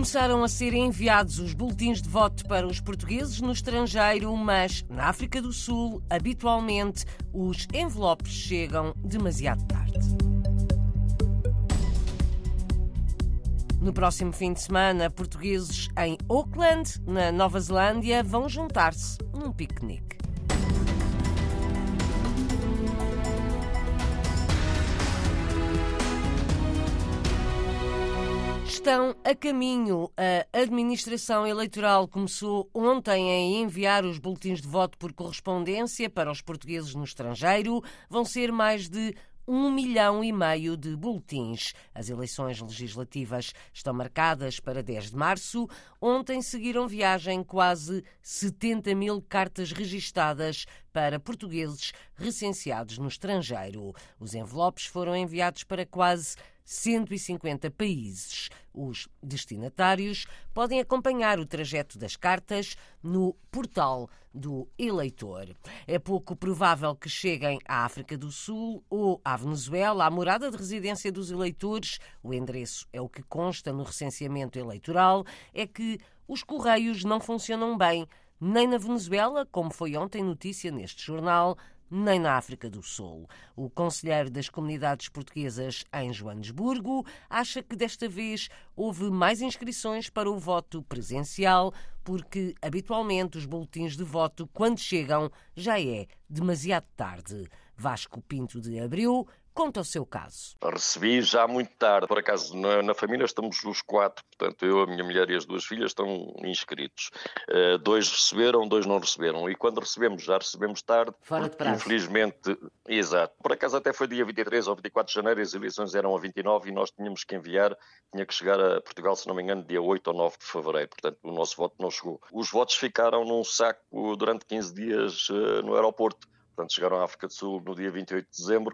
Começaram a ser enviados os boletins de voto para os portugueses no estrangeiro, mas na África do Sul, habitualmente, os envelopes chegam demasiado tarde. No próximo fim de semana, portugueses em Auckland, na Nova Zelândia, vão juntar-se num piquenique. Estão a caminho. A administração eleitoral começou ontem a enviar os boletins de voto por correspondência para os portugueses no estrangeiro. Vão ser mais de 1,5 milhão de boletins. As eleições legislativas estão marcadas para 10 de março. Ontem seguiram viagem quase 70 mil cartas registadas para portugueses recenseados no estrangeiro. Os envelopes foram enviados para quase 150 países. Os destinatários podem acompanhar o trajeto das cartas no portal do eleitor. É pouco provável que cheguem à África do Sul ou à Venezuela, à morada de residência dos eleitores. O endereço é o que consta no recenseamento eleitoral. É que os correios não funcionam bem, nem na Venezuela, como foi ontem notícia neste jornal, nem na África do Sul. O conselheiro das comunidades portuguesas em Joanesburgo acha que desta vez houve mais inscrições para o voto presencial, porque habitualmente os boletins de voto, quando chegam, já é demasiado tarde. Vasco Pinto de Abreu conta o seu caso. Recebi já muito tarde. Por acaso, na família estamos os 4. Portanto, eu, a minha mulher e as 2 filhas estão inscritos. 2 receberam, 2 não receberam. E quando recebemos, já recebemos tarde. Fora de prazo. Infelizmente, exato. Por acaso até foi dia 23 ou 24 de janeiro, as eleições eram a 29 e nós tínhamos que enviar, tinha que chegar a Portugal, se não me engano, dia 8 ou 9 de fevereiro. Portanto, o nosso voto não chegou. Os votos ficaram num saco durante 15 dias no aeroporto. Portanto, chegaram à África do Sul no dia 28 de dezembro.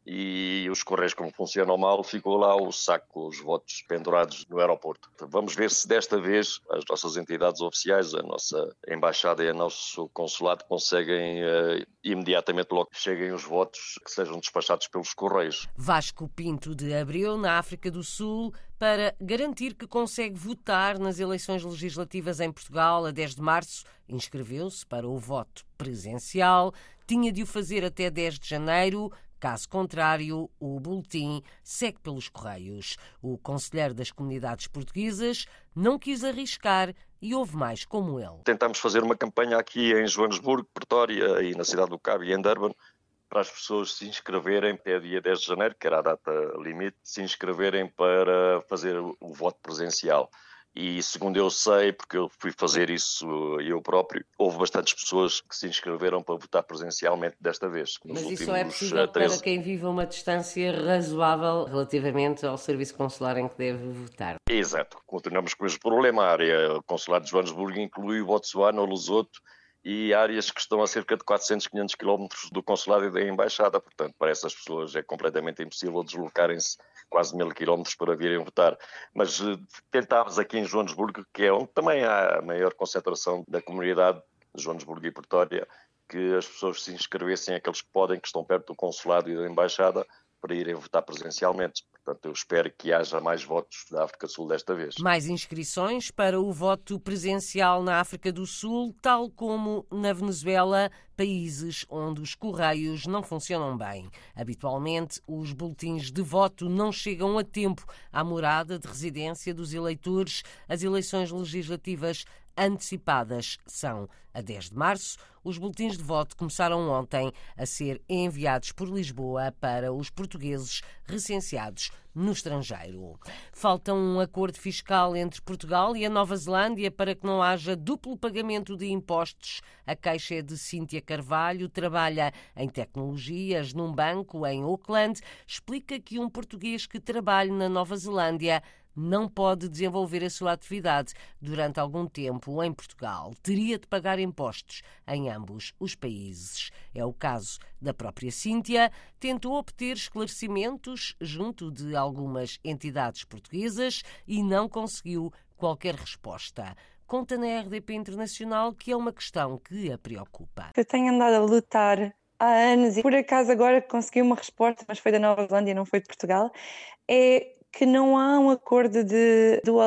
E os correios, como funcionam mal, ficou lá o saco, os votos pendurados no aeroporto. Vamos ver se desta vez as nossas entidades oficiais, a nossa embaixada e o nosso consulado conseguem imediatamente logo que cheguem os votos que sejam despachados pelos correios. Vasco Pinto de Abreu, na África do Sul, para garantir que consegue votar nas eleições legislativas em Portugal a 10 de março, inscreveu-se para o voto presencial, tinha de o fazer até 10 de janeiro. Caso contrário, o boletim segue pelos correios. O conselheiro das comunidades portuguesas não quis arriscar e houve mais como ele. Tentámos fazer uma campanha aqui em Joanesburgo, Pretória e na cidade do Cabo e em Durban para as pessoas se inscreverem até dia 10 de janeiro, que era a data limite, se inscreverem para fazer o voto presencial. E segundo eu sei, porque eu fui fazer isso eu próprio, houve bastantes pessoas que se inscreveram para votar presencialmente desta vez. Mas isso só é possível para quem vive a uma distância razoável relativamente ao serviço consular em que deve votar. Exato. Continuamos com este problema. A área consular de Joanesburgo inclui o Botsuana, o Lesoto e áreas que estão a cerca de 400, 500 quilómetros do consulado e da embaixada. Portanto, para essas pessoas é completamente impossível deslocarem-se quase 1000 quilómetros para virem votar. Mas tentámos aqui em Joanesburgo, que é onde também há a maior concentração da comunidade de Joanesburgo e Pretória, que as pessoas se inscrevessem, aqueles que podem, que estão perto do consulado e da embaixada, para irem votar presencialmente. Portanto, eu espero que haja mais votos da África do Sul desta vez. Mais inscrições para o voto presencial na África do Sul, tal como na Venezuela, países onde os correios não funcionam bem. Habitualmente, os boletins de voto não chegam a tempo à morada de residência dos eleitores. As eleições legislativas antecipadas são a 10 de março. Os boletins de voto começaram ontem a ser enviados por Lisboa para os portugueses recenseados no estrangeiro. Falta um acordo fiscal entre Portugal e a Nova Zelândia para que não haja duplo pagamento de impostos. A queixa é de Cíntia Carvalho, trabalha em tecnologias num banco em Auckland. Explica que um português que trabalha na Nova Zelândia não pode desenvolver a sua atividade durante algum tempo em Portugal. Teria de pagar impostos em ambos os países. É o caso da própria Cíntia. Tentou obter esclarecimentos junto de algumas entidades portuguesas e não conseguiu qualquer resposta. Conta na RDP Internacional que é uma questão que a preocupa. Eu tenho andado a lutar há anos e por acaso agora consegui uma resposta, mas foi da Nova Zelândia, não foi de Portugal, é que não há um acordo de dual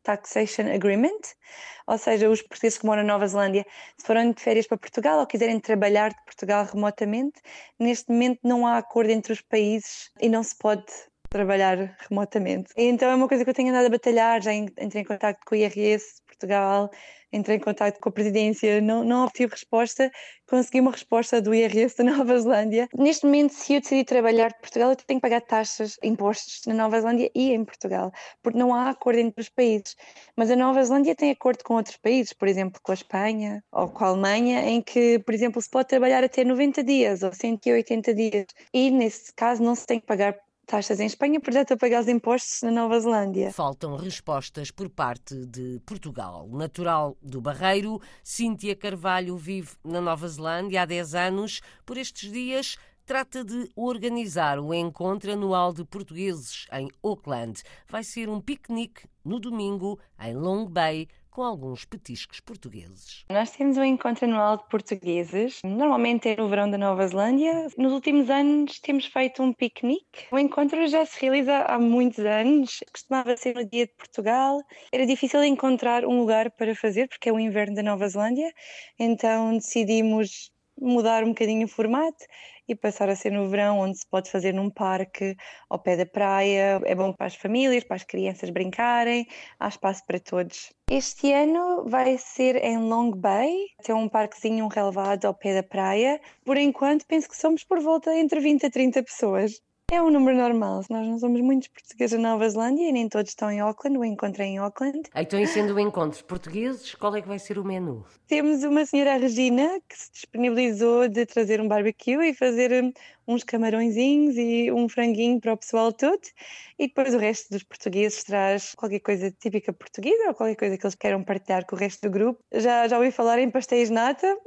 Taxation Agreement, ou seja, os portugueses que moram na Nova Zelândia, se forem de férias para Portugal ou quiserem trabalhar de Portugal remotamente, neste momento não há acordo entre os países e não se pode trabalhar remotamente. Então é uma coisa que eu tenho andado a batalhar, já entrei em contacto com o IRS de Portugal, entrei em contacto com a presidência, não obtive resposta, consegui uma resposta do IRS da Nova Zelândia. Neste momento, se eu decidir trabalhar de Portugal, eu tenho que pagar taxas, impostos na Nova Zelândia e em Portugal, porque não há acordo entre os países. Mas a Nova Zelândia tem acordo com outros países, por exemplo, com a Espanha ou com a Alemanha, em que, por exemplo, se pode trabalhar até 90 dias ou 180 dias. E, nesse caso, não se tem que pagar taxas em Espanha, por exemplo, a pagar os impostos na Nova Zelândia. Faltam respostas por parte de Portugal. Natural do Barreiro, Cíntia Carvalho vive na Nova Zelândia há 10 anos. Por estes dias, trata de organizar o encontro anual de portugueses em Auckland. Vai ser um piquenique no domingo em Long Bay, com alguns petiscos portugueses. Nós temos um encontro anual de portugueses, normalmente é no verão da Nova Zelândia. Nos últimos anos temos feito um piquenique. O encontro já se realiza há muitos anos, costumava ser no dia de Portugal. Era difícil encontrar um lugar para fazer, porque é o inverno da Nova Zelândia, então decidimos mudar um bocadinho o formato e passar a ser no verão, onde se pode fazer num parque ao pé da praia. É bom para as famílias, para as crianças brincarem, há espaço para todos. Este ano vai ser em Long Bay, tem um parquezinho, um relevado ao pé da praia. Por enquanto, penso que somos por volta entre 20 a 30 pessoas. É um número normal, nós não somos muitos portugueses na Nova Zelândia e nem todos estão em Auckland, o encontro é em Auckland. Então, e sendo o encontro de portugueses, qual é que vai ser o menu? Temos uma senhora Regina que se disponibilizou de trazer um barbecue e fazer uns camarõezinhos e um franguinho para o pessoal todo, e depois o resto dos portugueses traz qualquer coisa típica portuguesa ou qualquer coisa que eles queiram partilhar com o resto do grupo. Já ouvi falar em pastéis de nata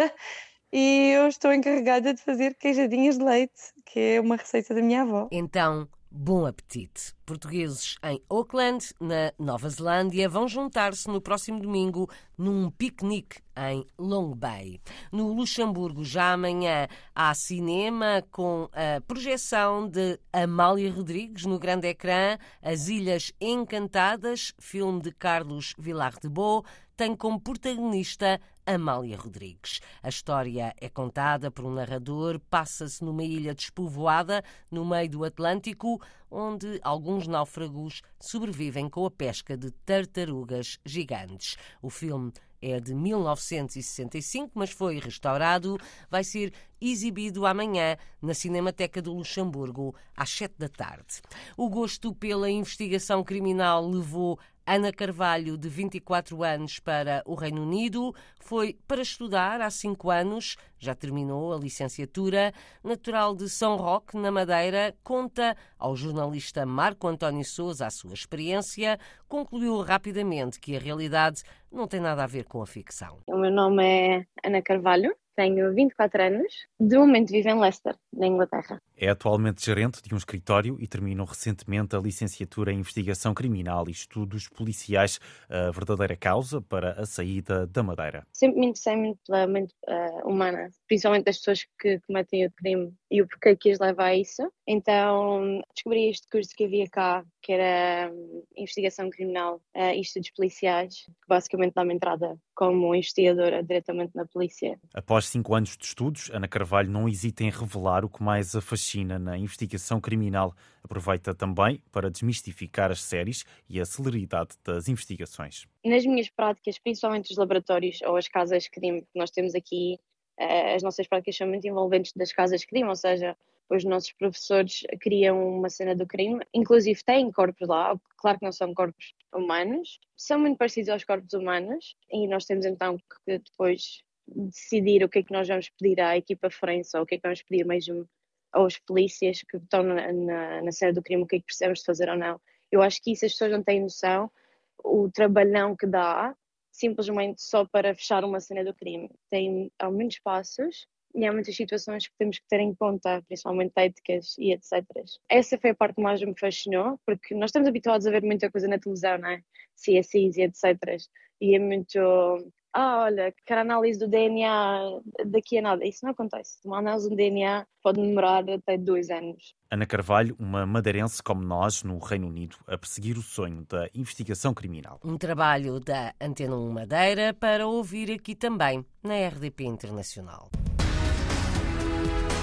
e eu estou encarregada de fazer queijadinhas de leite, que é uma receita da minha avó. Então, bom apetite! Portugueses em Auckland, na Nova Zelândia, vão juntar-se no próximo domingo num piquenique em Long Bay. No Luxemburgo, já amanhã, há cinema com a projeção de Amália Rodrigues no grande ecrã. As Ilhas Encantadas, filme de Carlos Vilar de Boo, tem como protagonista Amália Rodrigues. A história é contada por um narrador, passa-se numa ilha despovoada, no meio do Atlântico, onde alguns náufragos sobrevivem com a pesca de tartarugas gigantes. O filme é de 1965, mas foi restaurado. Vai ser exibido amanhã na Cinemateca do Luxemburgo, às 7 da tarde. O gosto pela investigação criminal levou Ana Carvalho, de 24 anos, para o Reino Unido. Foi para estudar há 5 anos, já terminou a licenciatura. Natural de São Roque, na Madeira, conta ao jornalista Marco António Sousa a sua experiência. Concluiu rapidamente que a realidade não tem nada a ver com a ficção. O meu nome é Ana Carvalho, tenho 24 anos, de momento vivo em Leicester, na Inglaterra. É atualmente gerente de um escritório e terminou recentemente a licenciatura em Investigação Criminal e Estudos Policiais, a verdadeira causa para a saída da Madeira. Sempre me interessei muito pela mente humana, principalmente das pessoas que cometem o crime e o porquê que as leva a isso. Então descobri este curso que havia cá, que era Investigação Criminal e Estudos Policiais, que basicamente dá-me entrada como investigadora diretamente na polícia. Após 5 anos de estudos, Ana Carvalho não hesita em revelar o que mais a fascina na investigação criminal. Aproveita também para desmistificar as séries e a celeridade das investigações. Nas minhas práticas, principalmente os laboratórios ou as casas de crime que nós temos aqui, as nossas práticas são muito envolventes das casas de crime, ou seja, os nossos professores criam uma cena do crime, inclusive têm corpos lá, claro que não são corpos humanos, são muito parecidos aos corpos humanos e nós temos então que depois decidir o que é que nós vamos pedir à equipa forense ou o que é que vamos pedir mesmo aos polícias que estão na cena do crime, o que é que precisamos de fazer ou não. Eu acho que isso as pessoas não têm noção, o trabalhão que dá, simplesmente só para fechar uma cena do crime. Há muitos passos e há muitas situações que temos que ter em conta, principalmente éticas e etc. Essa foi a parte que mais me fascinou, porque nós estamos habituados a ver muita coisa na televisão, não é? CSIs e etc. E é muito... olha, quero análise do DNA daqui a nada. Isso não acontece. Uma análise do DNA pode demorar até 2 anos. Ana Carvalho, uma madeirense como nós, no Reino Unido, a perseguir o sonho da investigação criminal. Um trabalho da Antena 1 Madeira para ouvir aqui também, na RDP Internacional.